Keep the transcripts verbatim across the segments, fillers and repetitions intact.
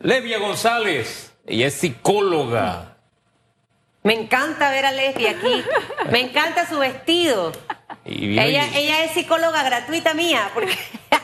Lesbia González, ella es psicóloga. Me encanta ver a Lesbia aquí. Me encanta su vestido. Y ella, y... ella es psicóloga gratuita mía, porque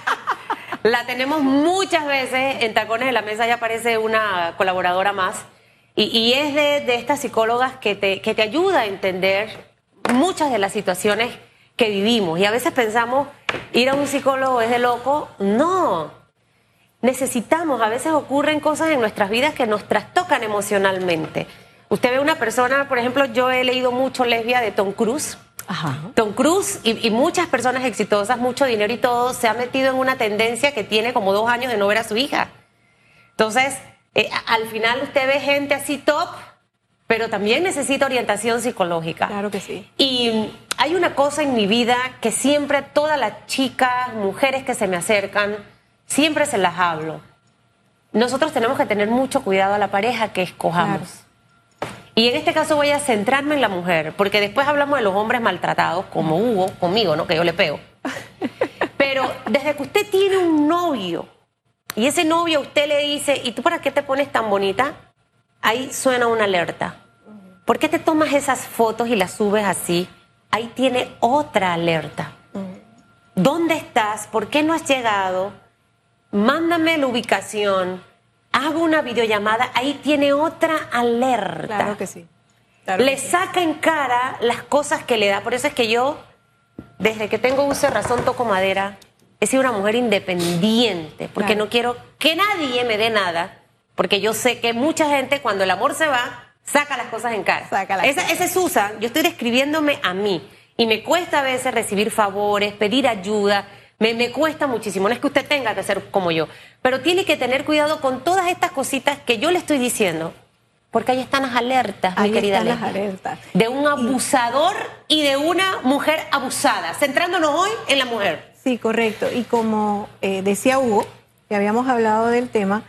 la tenemos muchas veces en Tacones de la Mesa, ya aparece una colaboradora más. Y, y es de, de estas psicólogas que te, que te ayuda a entender muchas de las situaciones que vivimos. Y a veces pensamos, ir a un psicólogo es de loco. No. Necesitamos, a veces ocurren cosas en nuestras vidas que nos trastocan emocionalmente. Usted ve una persona, por ejemplo, yo he leído mucho Lesbia de Tom Cruise. Ajá. Tom Cruise y, y muchas personas exitosas, mucho dinero y todo, se ha metido en una tendencia que tiene como dos años de no ver a su hija. Entonces, eh, al final usted ve gente así top, pero también necesita orientación psicológica. Claro que sí. Y hay una cosa en mi vida que siempre todas las chicas, mujeres que se me acercan, siempre se las hablo. Nosotros tenemos que tener mucho cuidado a la pareja que escojamos. Claro. Y en este caso voy a centrarme en la mujer, porque después hablamos de los hombres maltratados, como Hugo, conmigo, ¿no? Que yo le pego. Pero desde que usted tiene un novio, y ese novio a usted le dice, ¿y tú para qué te pones tan bonita? Ahí suena una alerta. ¿Por qué te tomas esas fotos y las subes así? Ahí tiene otra alerta. ¿Dónde estás? ¿Por qué no has llegado? Mándame la ubicación. Hago una videollamada, ahí tiene otra alerta. Claro que sí. Claro le que sí. saca en cara las cosas que le da. Por eso es que yo, desde que tengo uso de razón, toco madera, he sido una mujer independiente, porque Claro. no quiero que nadie me dé nada, porque yo sé que mucha gente, cuando el amor se va, saca las cosas en cara. Saca las Esa, cosas. esa es Susan, yo estoy describiéndome a mí, y me cuesta a veces recibir favores, pedir ayuda. Me, me cuesta muchísimo, no es que usted tenga que ser como yo, pero tiene que tener cuidado con todas estas cositas que yo le estoy diciendo, porque ahí están las alertas, Ahí mi querida están las Lesbia, alertas. de un abusador y de una mujer abusada, centrándonos hoy en la mujer. Sí, correcto. Y como eh, decía Hugo, que habíamos hablado del tema,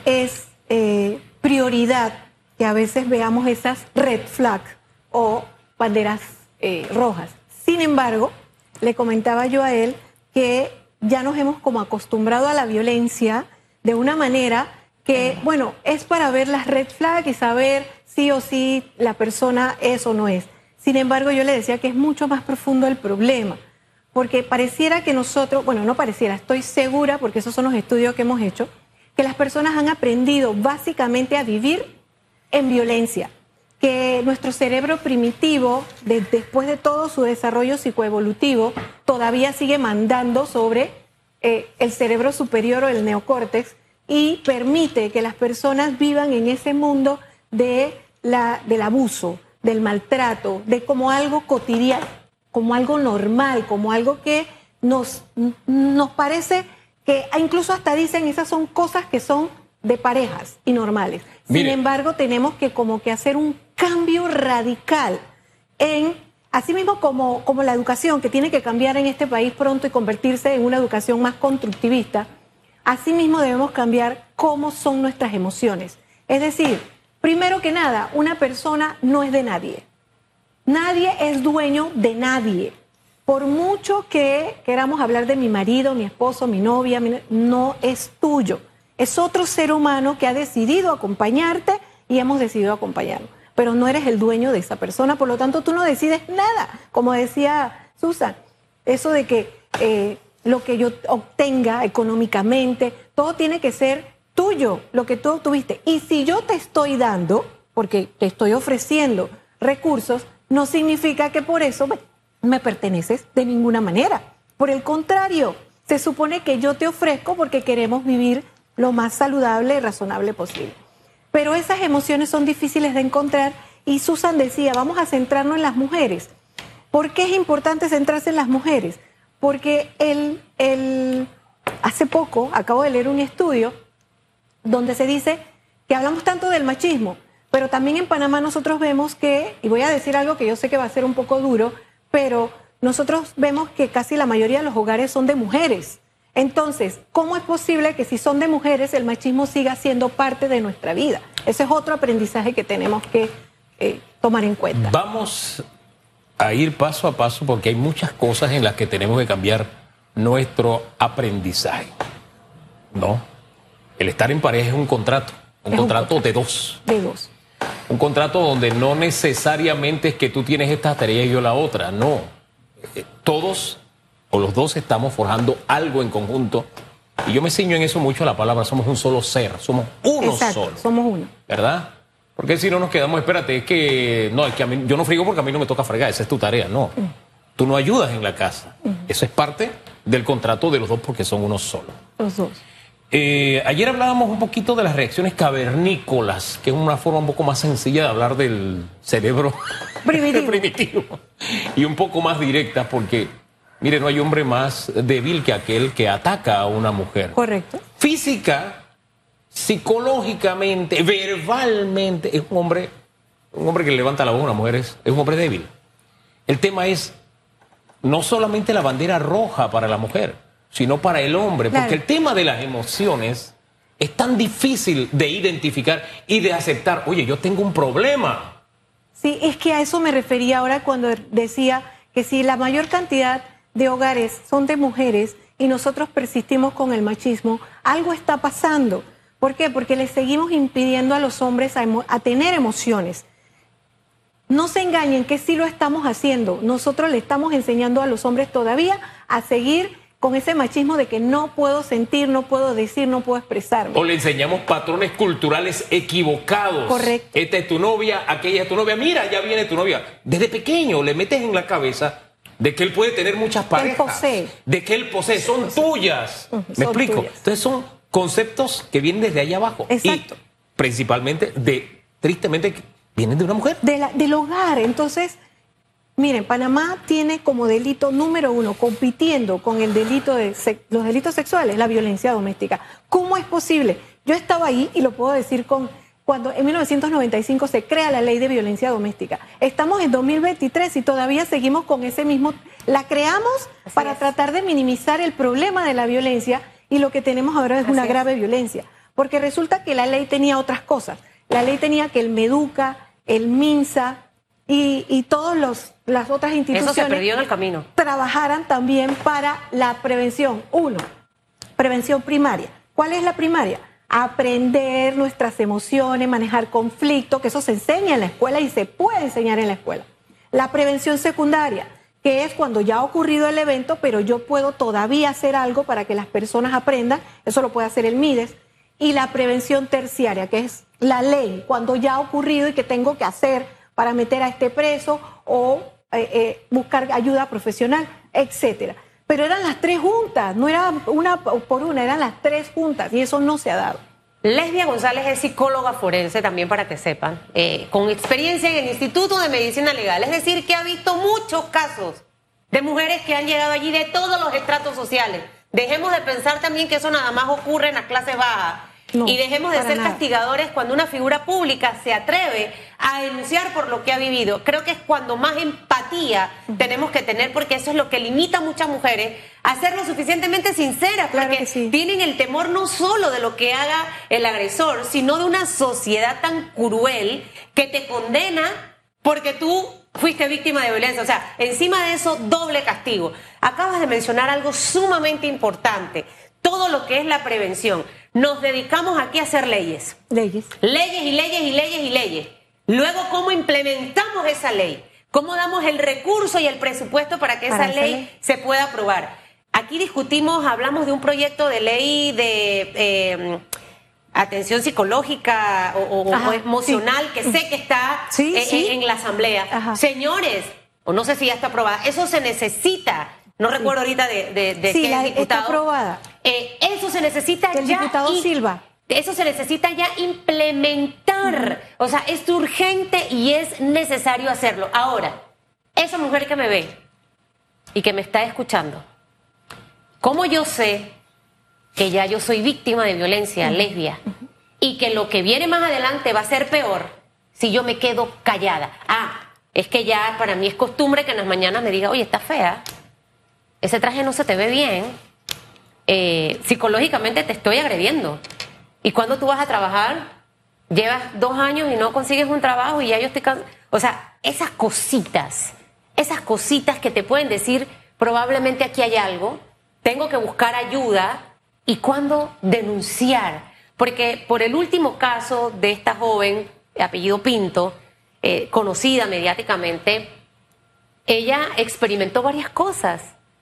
es eh, prioridad que a veces veamos esas red flags o banderas eh, rojas. Sin embargo, le comentaba yo a él que ya nos hemos como acostumbrado a la violencia de una manera que, bueno, es para ver las red flags y saber sí o sí la persona es o no es. Sin embargo, yo le decía que es mucho más profundo el problema, porque pareciera que nosotros, bueno, no pareciera, estoy segura, porque esos son los estudios que hemos hecho, que las personas han aprendido básicamente a vivir en violencia, que nuestro cerebro primitivo, de, después de todo su desarrollo psicoevolutivo, todavía sigue mandando sobre eh, el cerebro superior o el neocórtex y permite que las personas vivan en ese mundo de la, del abuso, del maltrato, de como algo cotidiano, como algo normal, como algo que nos, nos parece que incluso hasta dicen esas son cosas que son de parejas y normales. Sin Mire. embargo, tenemos que como que hacer un cambio radical en, así mismo como, como la educación, que tiene que cambiar en este país pronto y convertirse en una educación más constructivista, así mismo debemos cambiar cómo son nuestras emociones. Es decir, primero que nada, una persona no es de nadie. Nadie es dueño de nadie. Por mucho que queramos hablar de mi marido, mi esposo, mi novia, mi, no es tuyo. Es otro ser humano que ha decidido acompañarte y hemos decidido acompañarlo. Pero no eres el dueño de esa persona, por lo tanto tú no decides nada. Como decía Susan, eso de que eh, lo que yo obtenga económicamente, todo tiene que ser tuyo, lo que tú obtuviste. Y si yo te estoy dando, porque te estoy ofreciendo recursos, no significa que por eso me, me perteneces de ninguna manera. Por el contrario, se supone que yo te ofrezco porque queremos vivir lo más saludable y razonable posible. Pero esas emociones son difíciles de encontrar y Susan decía, vamos a centrarnos en las mujeres. ¿Por qué es importante centrarse en las mujeres? Porque el, el, hace poco acabo de leer un estudio donde se dice que hablamos tanto del machismo, pero también en Panamá nosotros vemos que, y voy a decir algo que yo sé que va a ser un poco duro, pero nosotros vemos que casi la mayoría de los hogares son de mujeres. Entonces, ¿cómo es posible que si son de mujeres el machismo siga siendo parte de nuestra vida? Ese es otro aprendizaje que tenemos que eh, tomar en cuenta. Vamos a ir paso a paso porque hay muchas cosas en las que tenemos que cambiar nuestro aprendizaje, ¿no? el estar en pareja es un contrato, un Es un contrato contrato. de dos. De dos. Un contrato donde no necesariamente es que tú tienes esta tarea y yo la otra, no. Eh, Todos o los dos estamos forjando algo en conjunto. Y yo me ciño en eso mucho a la palabra, somos un solo ser, somos uno Exacto, solo. somos uno. ¿Verdad? Porque si no nos quedamos, espérate, es que no, es que a mí, yo no friego porque a mí no me toca fregar, esa es tu tarea, no. Tú no ayudas en la casa. Eso es parte del contrato de los dos porque son uno solo. Los dos. Eh, ayer hablábamos un poquito de las reacciones cavernícolas, que es una forma un poco más sencilla de hablar del cerebro Primitivo. primitivo. Y un poco más directa porque, mire, no hay hombre más débil que aquel que ataca a una mujer. Correcto. Física, psicológicamente, verbalmente, es un hombre, un hombre que levanta la voz a una mujer es, es un hombre débil. El tema es no solamente la bandera roja para la mujer, sino para el hombre, Claro. porque el tema de las emociones es tan difícil de identificar y de aceptar. Oye, yo tengo un problema. Sí, es que a eso me refería ahora cuando decía que si la mayor cantidad de hogares son de mujeres y nosotros persistimos con el machismo, algo está pasando. ¿Por qué? Porque le seguimos impidiendo a los hombres a, emo- a tener emociones. No se engañen que sí lo estamos haciendo. Nosotros le estamos enseñando a los hombres todavía a seguir con ese machismo de que no puedo sentir, no puedo decir, no puedo expresarme. O le enseñamos patrones culturales equivocados. Correcto. Esta es tu novia, aquella es tu novia. Mira, ya viene tu novia. Desde pequeño le metes en la cabeza de que él puede tener muchas parejas. posee. De que él posee, son tuyas. Ujú, ¿Me son explico? tuyas. Entonces son conceptos que vienen desde ahí abajo. Exacto. Y principalmente, de tristemente, que vienen de una mujer. De la- del hogar. Entonces, miren, Panamá tiene como delito número uno, compitiendo con el delito de se- los delitos sexuales, la violencia doméstica. ¿Cómo es posible? Yo estaba ahí y lo puedo decir con cuando en mil novecientos noventa y cinco se crea la ley de violencia doméstica. Estamos en dos mil veintitrés y todavía seguimos con ese mismo. La creamos Así para es. tratar de minimizar el problema de la violencia y lo que tenemos ahora es Así una es. grave violencia. Porque resulta que la ley tenía otras cosas. La ley tenía que el Meduca, el MINSA y, y todas las otras Eso instituciones se perdió en el camino. trabajaran también para la prevención. Uno, prevención primaria. ¿Cuál es la primaria? Aprender nuestras emociones, manejar conflictos, que eso se enseña en la escuela y se puede enseñar en la escuela. La prevención secundaria, que es cuando ya ha ocurrido el evento, pero yo puedo todavía hacer algo para que las personas aprendan, eso lo puede hacer el MIDES. Y la prevención terciaria, que es la ley, cuando ya ha ocurrido y que tengo que hacer para meter a este preso o eh, eh, buscar ayuda profesional, etcétera. Pero eran las tres juntas, no era una por una, eran las tres juntas y eso no se ha dado. Lesbia González es psicóloga forense, también para que sepan, eh, con experiencia en el Instituto de Medicina Legal, es decir, que ha visto muchos casos de mujeres que han llegado allí de todos los estratos sociales. Dejemos de pensar también que eso nada más ocurre en las clases bajas. No, y dejemos de para ser nada. castigadores cuando una figura pública se atreve a denunciar por lo que ha vivido. Creo que es cuando más empatía tenemos que tener, porque eso es lo que limita a muchas mujeres a ser lo suficientemente sinceras, Claro porque que sí. tienen el temor no solo de lo que haga el agresor, sino de una sociedad tan cruel que te condena porque tú fuiste víctima de violencia. O sea, encima de eso, doble castigo. Acabas de mencionar algo sumamente importante, todo lo que es la prevención. Nos dedicamos aquí a hacer leyes. Leyes. Leyes y leyes y leyes y leyes. Luego, ¿cómo implementamos esa ley? ¿Cómo damos el recurso y el presupuesto para que Para esa esa ley, ley. se pueda aprobar? Aquí discutimos, hablamos de un proyecto de ley de eh, atención psicológica o, o- Ajá, o emocional, sí. que sé que está Sí, eh, sí. En, en la asamblea. Ajá. Señores, o no sé si ya está aprobada, eso se necesita. No recuerdo ahorita de, de, de Sí, qué la- diputado. está aprobada. Eh, eso se necesita Del ya. diputado y- Silva. Eso se necesita ya implementar. O sea, es urgente y es necesario hacerlo. Ahora, esa mujer que me ve y que me está escuchando, ¿cómo yo sé que ya yo soy víctima de violencia lesbia y que lo que viene más adelante va a ser peor si yo me quedo callada? Ah, es que ya para mí es costumbre que en las mañanas me diga, oye, está fea, ese traje no se te ve bien, eh, psicológicamente te estoy agrediendo. ¿Y cuando tú vas a trabajar? Llevas dos años y no consigues un trabajo y ya yo estoy cansada. O sea, esas cositas, esas cositas que te pueden decir, probablemente aquí hay algo, tengo que buscar ayuda. ¿Y cuándo denunciar? Porque por el último caso de esta joven, de apellido Pinto, eh, conocida mediáticamente, ella experimentó varias cosas,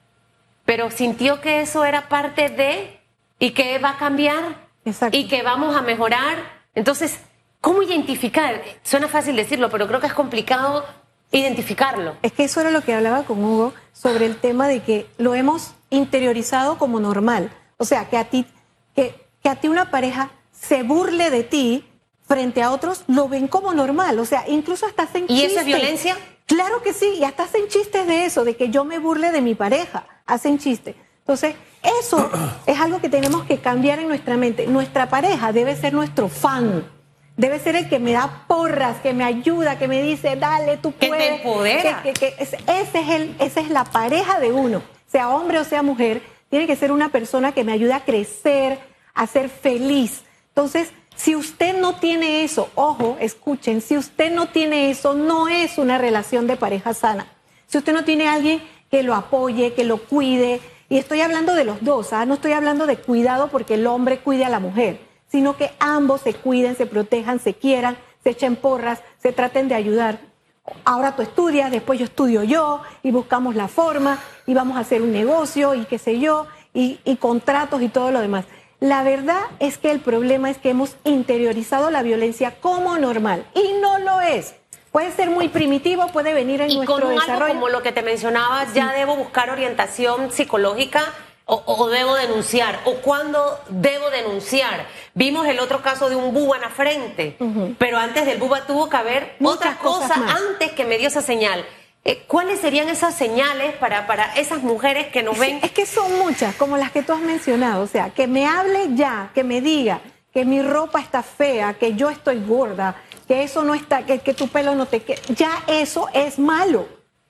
pero sintió que eso era parte de, y que va a cambiar, Exacto. y que vamos a mejorar. Entonces, ¿cómo identificar? Suena fácil decirlo, pero creo que es complicado identificarlo. Es que eso era lo que hablaba con Hugo sobre el tema de que lo hemos interiorizado como normal. O sea, que a ti, que, que a ti una pareja se burle de ti frente a otros, lo ven como normal. O sea, incluso hasta hacen ¿Y chistes. eso es violencia? Claro que sí, y hasta hacen chistes de eso, de que yo me burle de mi pareja. Hacen chistes. Entonces, eso es algo que tenemos que cambiar en nuestra mente. Nuestra pareja debe ser nuestro fan. Debe ser el que me da porras, que me ayuda, que me dice, dale, tú Que te puedes. empodera. Que, que, que ese, ese es el, esa es la pareja de uno. Sea hombre o sea mujer, tiene que ser una persona que me ayude a crecer, a ser feliz. Entonces, si usted no tiene eso, ojo, escuchen, si usted no tiene eso, no es una relación de pareja sana. Si usted no tiene a alguien que lo apoye, que lo cuide, y estoy hablando de los dos, ¿ah? No estoy hablando de cuidado porque el hombre cuide a la mujer, sino que ambos se cuiden, se protejan, se quieran, se echen porras, se traten de ayudar. Ahora tú estudias, después yo estudio yo, y buscamos la forma, y vamos a hacer un negocio, y qué sé yo, y, y contratos y todo lo demás. La verdad es que el problema es que hemos interiorizado la violencia como normal, y no lo es. Puede ser muy primitivo, puede venir en Y nuestro con desarrollo. algo como lo que te mencionaba, ya debo buscar orientación psicológica o, o debo denunciar, o cuándo debo denunciar. Vimos el otro caso de un buba en la frente, uh-huh. pero antes del buba tuvo que haber Muchas otras cosas cosas más. antes que me dio esa señal. Eh, ¿Cuáles serían esas señales para, para esas mujeres que nos ven? Es que son muchas, como las que tú has mencionado. O sea, que me hable ya, que me diga que mi ropa está fea, que yo estoy gorda, que eso no está, que, que tu pelo no te queda. Ya eso es malo.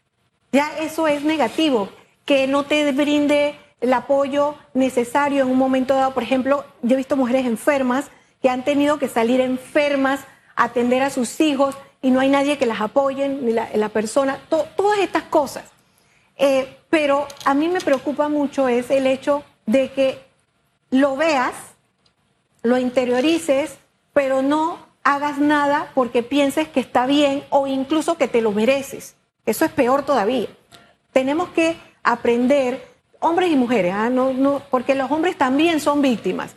Ya eso es negativo. Que no te brinde el apoyo necesario en un momento dado. Por ejemplo, yo he visto mujeres enfermas que han tenido que salir enfermas a atender a sus hijos y no hay nadie que las apoye, ni la, la persona, to, todas estas cosas. Eh, pero a mí me preocupa mucho es el hecho de que lo veas, lo interiorices, pero no hagas nada porque pienses que está bien o incluso que te lo mereces. Eso es peor todavía. Tenemos que aprender, hombres y mujeres, ¿ah? no, no, porque los hombres también son víctimas.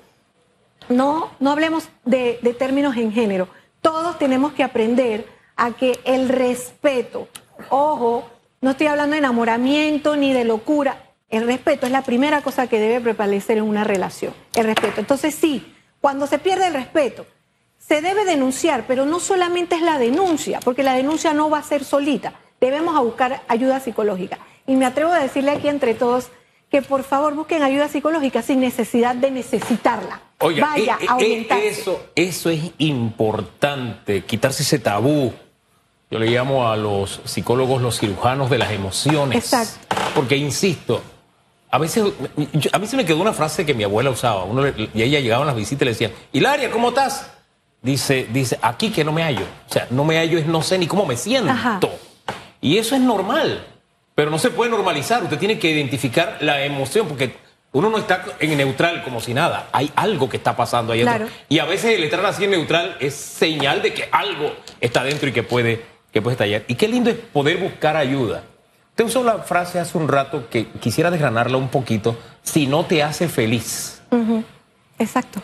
No, no hablemos de, de términos en género. Todos tenemos que aprender a que el respeto, ojo, no estoy hablando de enamoramiento ni de locura, el respeto es la primera cosa que debe prevalecer en una relación, el respeto. Entonces sí, cuando se pierde el respeto, se debe denunciar, pero no solamente es la denuncia, porque la denuncia no va a ser solita, debemos a buscar ayuda psicológica. Y me atrevo a decirle aquí entre todos que por favor busquen ayuda psicológica sin necesidad de necesitarla. Oiga, Vaya eh, a eh, orientarse. Eso, eso es importante, quitarse ese tabú. Yo le llamo a los psicólogos los cirujanos de las emociones. Exacto. Porque, insisto, a veces, yo, a mí se me quedó una frase que mi abuela usaba. Uno le, y ella llegaba a las visitas y le decían, Hilaria, ¿cómo estás? Dice, dice, aquí que no me hallo. O sea, no me hallo es no sé ni cómo me siento. Ajá. Y eso es normal, pero no se puede normalizar. Usted tiene que identificar la emoción, porque uno no está en neutral como si nada. Hay algo que está pasando ahí claro. adentro. Y a veces el estar así en neutral es señal de que algo está dentro y que puede, que puede estallar. Y qué lindo es poder buscar ayuda. Usted usó la frase hace un rato que quisiera desgranarla un poquito. Si no te hace feliz. Uh-huh. Exacto.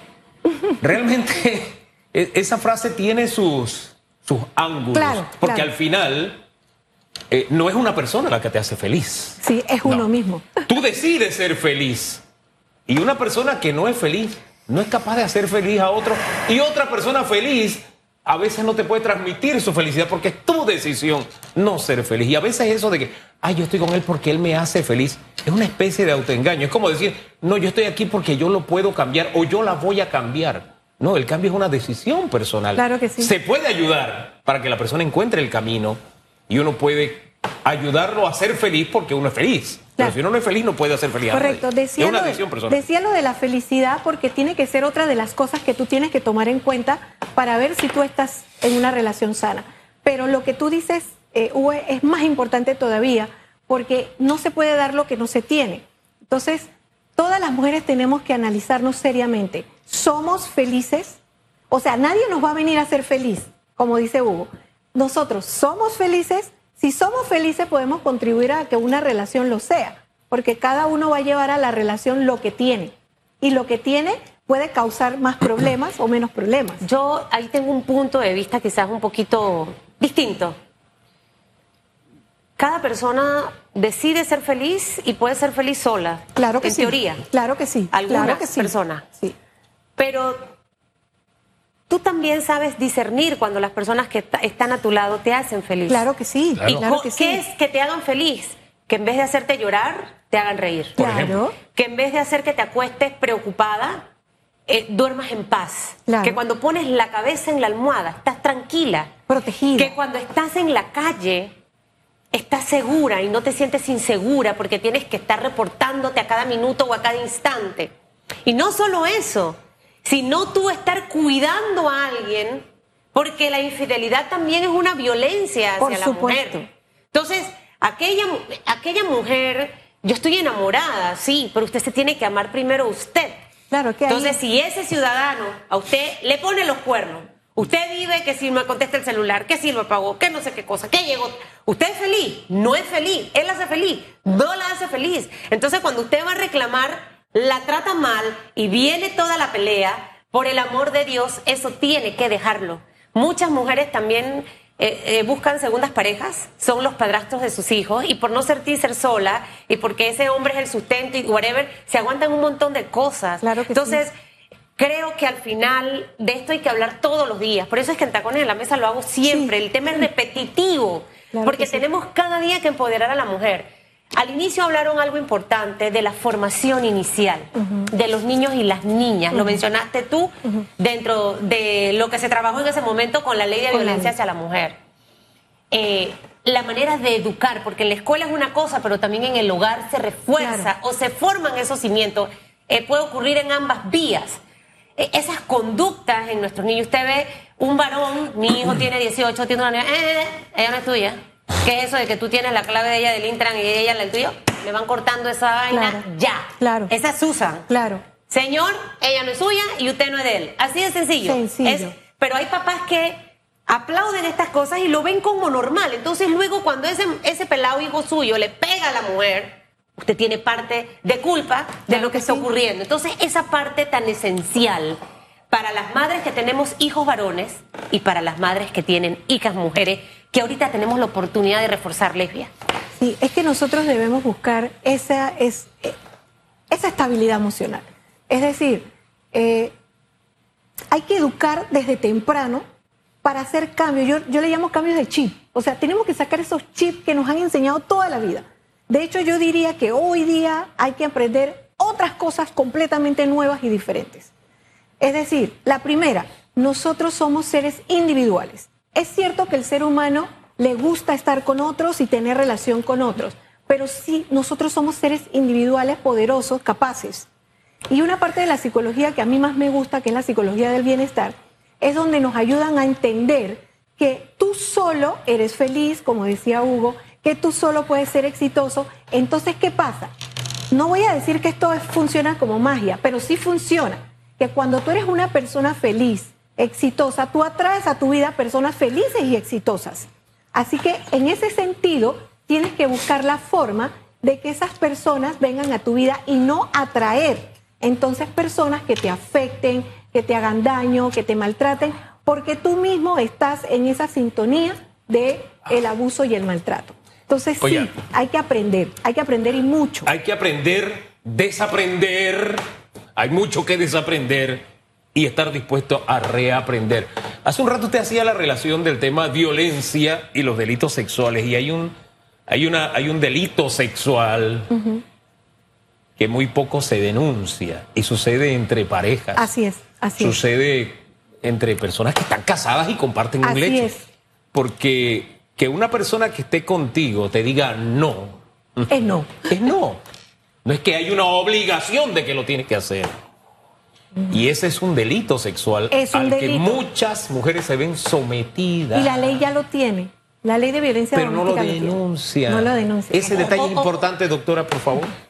Realmente esa frase tiene sus, sus ángulos. Claro, porque claro. al final eh, no es una persona la que te hace feliz. Sí, es uno no. mismo. Tú decides ser feliz. Y una persona que no es feliz no es capaz de hacer feliz a otro. Y otra persona feliz a veces no te puede transmitir su felicidad porque es tu decisión no ser feliz. Y a veces eso de que, ay, yo estoy con él porque él me hace feliz, es una especie de autoengaño. Es como decir, no, yo estoy aquí porque yo lo puedo cambiar o yo la voy a cambiar. No, el cambio es una decisión personal. Claro que sí. Se puede ayudar para que la persona encuentre el camino y uno puede ayudarlo a ser feliz porque uno es feliz. Claro. Pero si uno no es feliz, no puede hacer feliz a nadie. Correcto. Decía es una lo de, decisión personal. decía lo de la felicidad porque tiene que ser otra de las cosas que tú tienes que tomar en cuenta para ver si tú estás en una relación sana. Pero lo que tú dices, eh, Uwe, es más importante todavía porque no se puede dar lo que no se tiene. Entonces, todas las mujeres tenemos que analizarnos seriamente. somos felices, o sea, nadie nos va a venir a ser feliz, como dice Hugo. Nosotros somos felices, si somos felices podemos contribuir a que una relación lo sea, porque cada uno va a llevar a la relación lo que tiene, y lo que tiene puede causar más problemas o menos problemas. Yo ahí tengo un punto de vista quizás un poquito distinto. Cada persona decide ser feliz y puede ser feliz sola. Claro que en sí. teoría. Claro que sí. Algunas claro que sí. personas. Sí. Pero tú también sabes discernir cuando las personas que están a tu lado te hacen feliz. Claro que sí. Claro. ¿Y claro co- que sí. qué es que te hagan feliz? Que en vez de hacerte llorar, te hagan reír. Por Claro. ejemplo. Que en vez de hacer que te acuestes preocupada, eh, duermas en paz. Claro. Que cuando pones la cabeza en la almohada, estás tranquila. Protegida. Que cuando estás en la calle, estás segura y no te sientes insegura porque tienes que estar reportándote a cada minuto o a cada instante. Y no solo eso, sino tú estar cuidando a alguien, porque la infidelidad también es una violencia hacia Por la supuesto. mujer. Entonces, aquella, mu- aquella mujer, yo estoy enamorada, sí, pero usted se tiene que amar primero a usted. Claro que ahí- Entonces, si ese ciudadano a usted le pone los cuernos, usted vive que si me contesta el celular, que si lo apagó, que no sé qué cosa, que llegó. ¿Usted es feliz? No es feliz. Él la hace feliz. No la hace feliz. Entonces, cuando usted va a reclamar, la trata mal y viene toda la pelea, por el amor de Dios, eso tiene que dejarlo. Muchas mujeres también eh, eh, buscan segundas parejas, son los padrastros de sus hijos, y por no sentir ser sola, y porque ese hombre es el sustento y whatever, se aguantan un montón de cosas. Claro que Entonces, sí. creo que al final de esto hay que hablar todos los días. Por eso es que en Tacones en la Mesa lo hago siempre. Sí. El tema es repetitivo, Claro porque que sí. tenemos cada día que empoderar a la mujer. Al inicio hablaron algo importante de la formación inicial de los niños y las niñas. Lo mencionaste tú dentro de lo que se trabajó en ese momento con la ley de Con la violencia ley. hacia la mujer. Eh, la manera de educar, porque en la escuela es una cosa, pero también en el hogar se refuerza Claro. o se forman esos cimientos. Eh, puede ocurrir en ambas vías. Eh, esas conductas en nuestros niños. Usted ve un varón, mi hijo tiene dieciocho, tiene una niña, eh, eh, ella no es tuya. ¿Qué es eso de que tú tienes la clave de ella del Intran y ella la del tuyo? Le van cortando esa vaina Claro. ya. Claro. Esa es Susan. Claro. Señor, ella no es suya y usted no es de él. Así de sencillo. Sencillo. Es- pero hay papás que aplauden estas cosas y lo ven como normal. Entonces luego cuando ese, ese pelado hijo suyo le pega a la mujer, usted tiene parte de culpa de Claro lo que que está sí. ocurriendo. Entonces esa parte tan esencial para las madres que tenemos hijos varones y para las madres que tienen hijas mujeres, que ahorita tenemos la oportunidad de reforzar lesbias. Sí, es que nosotros debemos buscar esa, es, eh, esa estabilidad emocional. Es decir, eh, hay que educar desde temprano para hacer cambios. Yo, yo le llamo cambios de chip. O sea, tenemos que sacar esos chips que nos han enseñado toda la vida. De hecho, yo diría que hoy día hay que aprender otras cosas completamente nuevas y diferentes. Es decir, la primera, nosotros somos seres individuales. Es cierto que el ser humano le gusta estar con otros y tener relación con otros, pero sí, nosotros somos seres individuales, poderosos, capaces. Y una parte de la psicología que a mí más me gusta, que es la psicología del bienestar, es donde nos ayudan a entender que tú solo eres feliz, como decía Hugo, que tú solo puedes ser exitoso. Entonces, ¿qué pasa? No voy a decir que esto es- funciona como magia, pero sí funciona. Que cuando tú eres una persona feliz, exitosa, tú atraes a tu vida personas felices y exitosas. Así que en ese sentido, tienes que buscar la forma de que esas personas vengan a tu vida y no atraer entonces personas que te afecten, que te hagan daño, que te maltraten, porque tú mismo estás en esa sintonía de el abuso y el maltrato. Entonces Oye. sí, hay que aprender, hay que aprender y mucho. Hay que aprender, desaprender. Hay mucho que desaprender y estar dispuesto a reaprender. Hace un rato usted hacía la relación del tema violencia y los delitos sexuales. Y hay un, hay una, hay un delito sexual Ujú. que muy poco se denuncia y sucede entre parejas. Así es, así es. Sucede entre personas que están casadas y comparten un Así lecho. es. Porque que una persona que esté contigo te diga no, Es no. es no. No es que hay una obligación de que lo tienes que hacer. Y ese es un delito sexual Es un al que delito. muchas mujeres se ven sometidas. Y la ley ya lo tiene. La ley de violencia Pero no lo doméstica tiene. denuncia. No lo denuncia. Ese detalle O- es o- importante, doctora, por favor.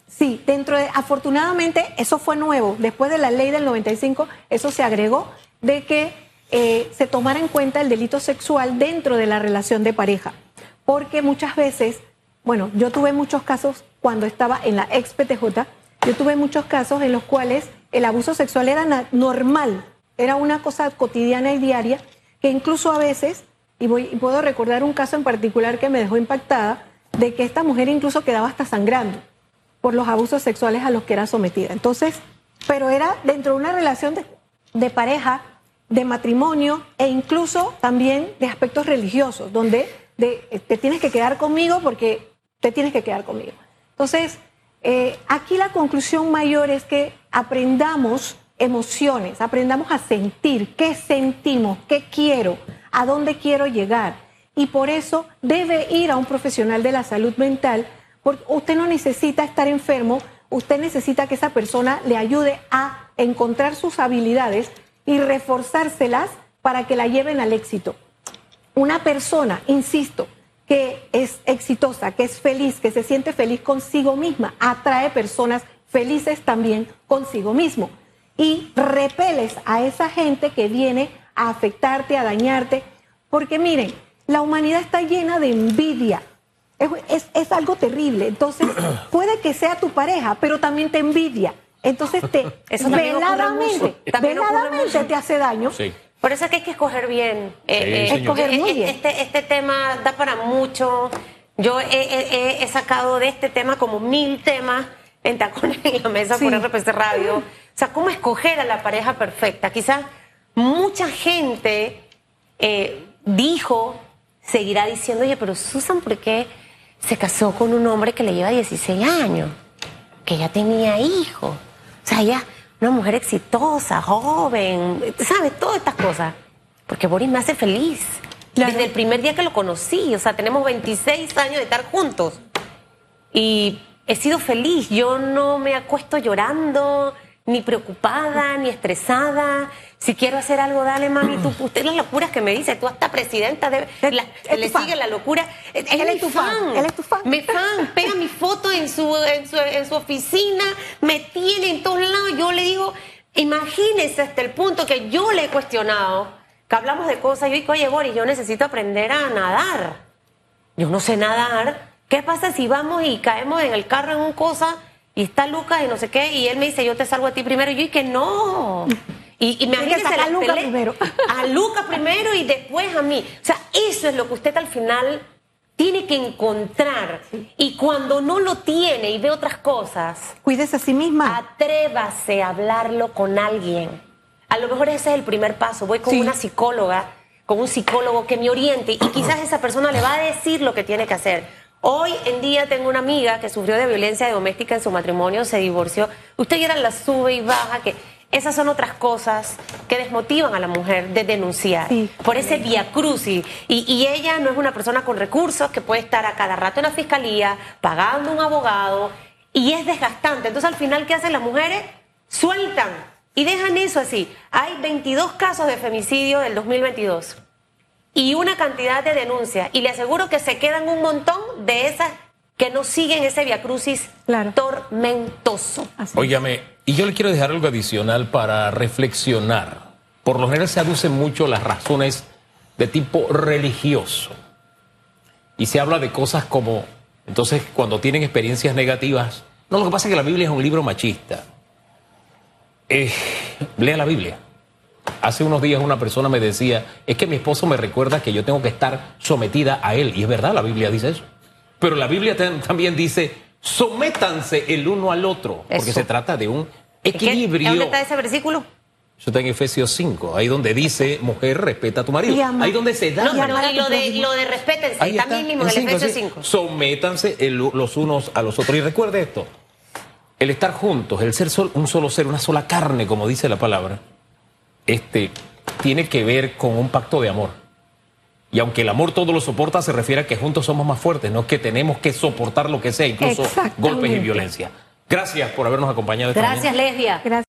Sí, dentro de, afortunadamente, eso fue nuevo. Después de la ley del noventa y cinco, eso se agregó de que eh, se tomara en cuenta el delito sexual dentro de la relación de pareja. Porque muchas veces, bueno, yo tuve muchos casos cuando estaba en la ex P T J, yo tuve muchos casos en los cuales el abuso sexual era normal, era una cosa cotidiana y diaria, que incluso a veces, y, voy, y puedo recordar un caso en particular que me dejó impactada, de que esta mujer incluso quedaba hasta sangrando por los abusos sexuales a los que era sometida. Entonces, pero era dentro de una relación de, de pareja, de matrimonio e incluso también de aspectos religiosos, donde de, te tienes que quedar conmigo porque te tienes que quedar conmigo. Entonces, eh, aquí la conclusión mayor es que aprendamos emociones, aprendamos a sentir qué sentimos, qué quiero, a dónde quiero llegar. Y por eso debe ir a un profesional de la salud mental, porque usted no necesita estar enfermo, usted necesita que esa persona le ayude a encontrar sus habilidades y reforzárselas para que la lleven al éxito. Una persona, insisto, que es exitosa, que es feliz, que se siente feliz consigo misma, atrae personas felices también consigo mismo. Y repeles a esa gente que viene a afectarte, a dañarte, porque miren, la humanidad está llena de envidia. Es, es, es algo terrible. Entonces, puede que sea tu pareja, pero también te envidia. Entonces, te Eso también veladamente, también veladamente te hace daño. Sí. Por eso es que hay que escoger bien. Eh, Sí, eh, escoger muy bien. Este, este tema da para mucho. Yo he, he- he sacado de este tema como mil temas en Tacones en la Mesa Sí. por R P C Radio. O sea, cómo escoger a la pareja perfecta. Quizás mucha gente eh, dijo, seguirá diciendo, oye, pero Susan, ¿por qué se casó con un hombre que le lleva dieciséis años? Que ya tenía hijos. O sea, ella, una mujer exitosa, joven, ¿sabes? Todas estas cosas. Porque Boris me hace feliz. Claro. Desde el primer día que lo conocí. O sea, tenemos veintiséis años de estar juntos. Y he sido feliz. Yo no me acuesto llorando, ni preocupada, ni estresada. Si quiero hacer algo, dale, mami, tú, usted las locuras que me dice, tú hasta presidenta debe, la- Es le tu fan. sigue la locura. Él, Él es mi tu fan, él es tu fan. Mi fan, pega mi foto en su, en su, en su oficina, me tiene en todos lados. Yo le digo, imagínese hasta el punto que yo le he cuestionado, que hablamos de cosas, yo digo, oye, Boris, yo necesito aprender a nadar. Yo no sé nadar. ¿Qué pasa si vamos y caemos en el carro en un cosa y está Lucas y no sé qué? Y él me dice, yo te salgo a ti primero. Y yo dije, no. Y, y me Hay que sacar a Lucas primero. A Lucas primero y después a mí. O sea, eso es lo que usted al final tiene que encontrar. Y cuando no lo tiene y ve otras cosas, Cuídese a sí misma. atrévase a hablarlo con alguien. A lo mejor ese es el primer paso. Voy con Sí. una psicóloga, con un psicólogo que me oriente y quizás esa persona le va a decir lo que tiene que hacer. Hoy en día tengo una amiga que sufrió de violencia doméstica en su matrimonio, se divorció. Usted ya la sube y baja, que esas son otras cosas que desmotivan a la mujer de denunciar. Sí. Por ese viacrucis. Y, y ella no es una persona con recursos que puede estar a cada rato en la fiscalía, pagando un abogado, y es desgastante. Entonces, al final, ¿qué hacen las mujeres? Sueltan y dejan eso así. Hay veintidós casos de femicidio del dos mil veintidós y una cantidad de denuncias. Y le aseguro que se quedan un montón de esas que no siguen ese viacrucis Claro. tormentoso. Así. Óigame, y yo le quiero dejar algo adicional para reflexionar. Por lo general se aducen mucho las razones de tipo religioso. Y se habla de cosas como, entonces, cuando tienen experiencias negativas. No, lo que pasa es que la Biblia es un libro machista. Eh, lea la Biblia. Hace unos días una persona me decía, es que mi esposo me recuerda que yo tengo que estar sometida a él. Y es verdad, la Biblia dice eso. Pero la Biblia tam- también dice, sométanse el uno al otro. Porque Eso. se trata de un ¿Es que- equilibrio. ¿Dónde está ese versículo? Eso está en Efesios cinco, ahí donde dice, mujer, respeta a tu marido. Y ama. Ahí donde se da. No, Y pero amar a y tu lo de, prójimo. lo de respétense, Ahí está mismo en el cinco, Efesios sí. cinco. Sométanse el- los unos a los otros. Y recuerde esto, el estar juntos, el ser sol- un solo ser, una sola carne, como dice la palabra, este, tiene que ver con un pacto de amor. Y aunque el amor todo lo soporta, se refiere a que juntos somos más fuertes, no que tenemos que soportar lo que sea, incluso Exactamente. golpes y violencia. Gracias por habernos acompañado esta mañana. Gracias, Lesbia. Gracias.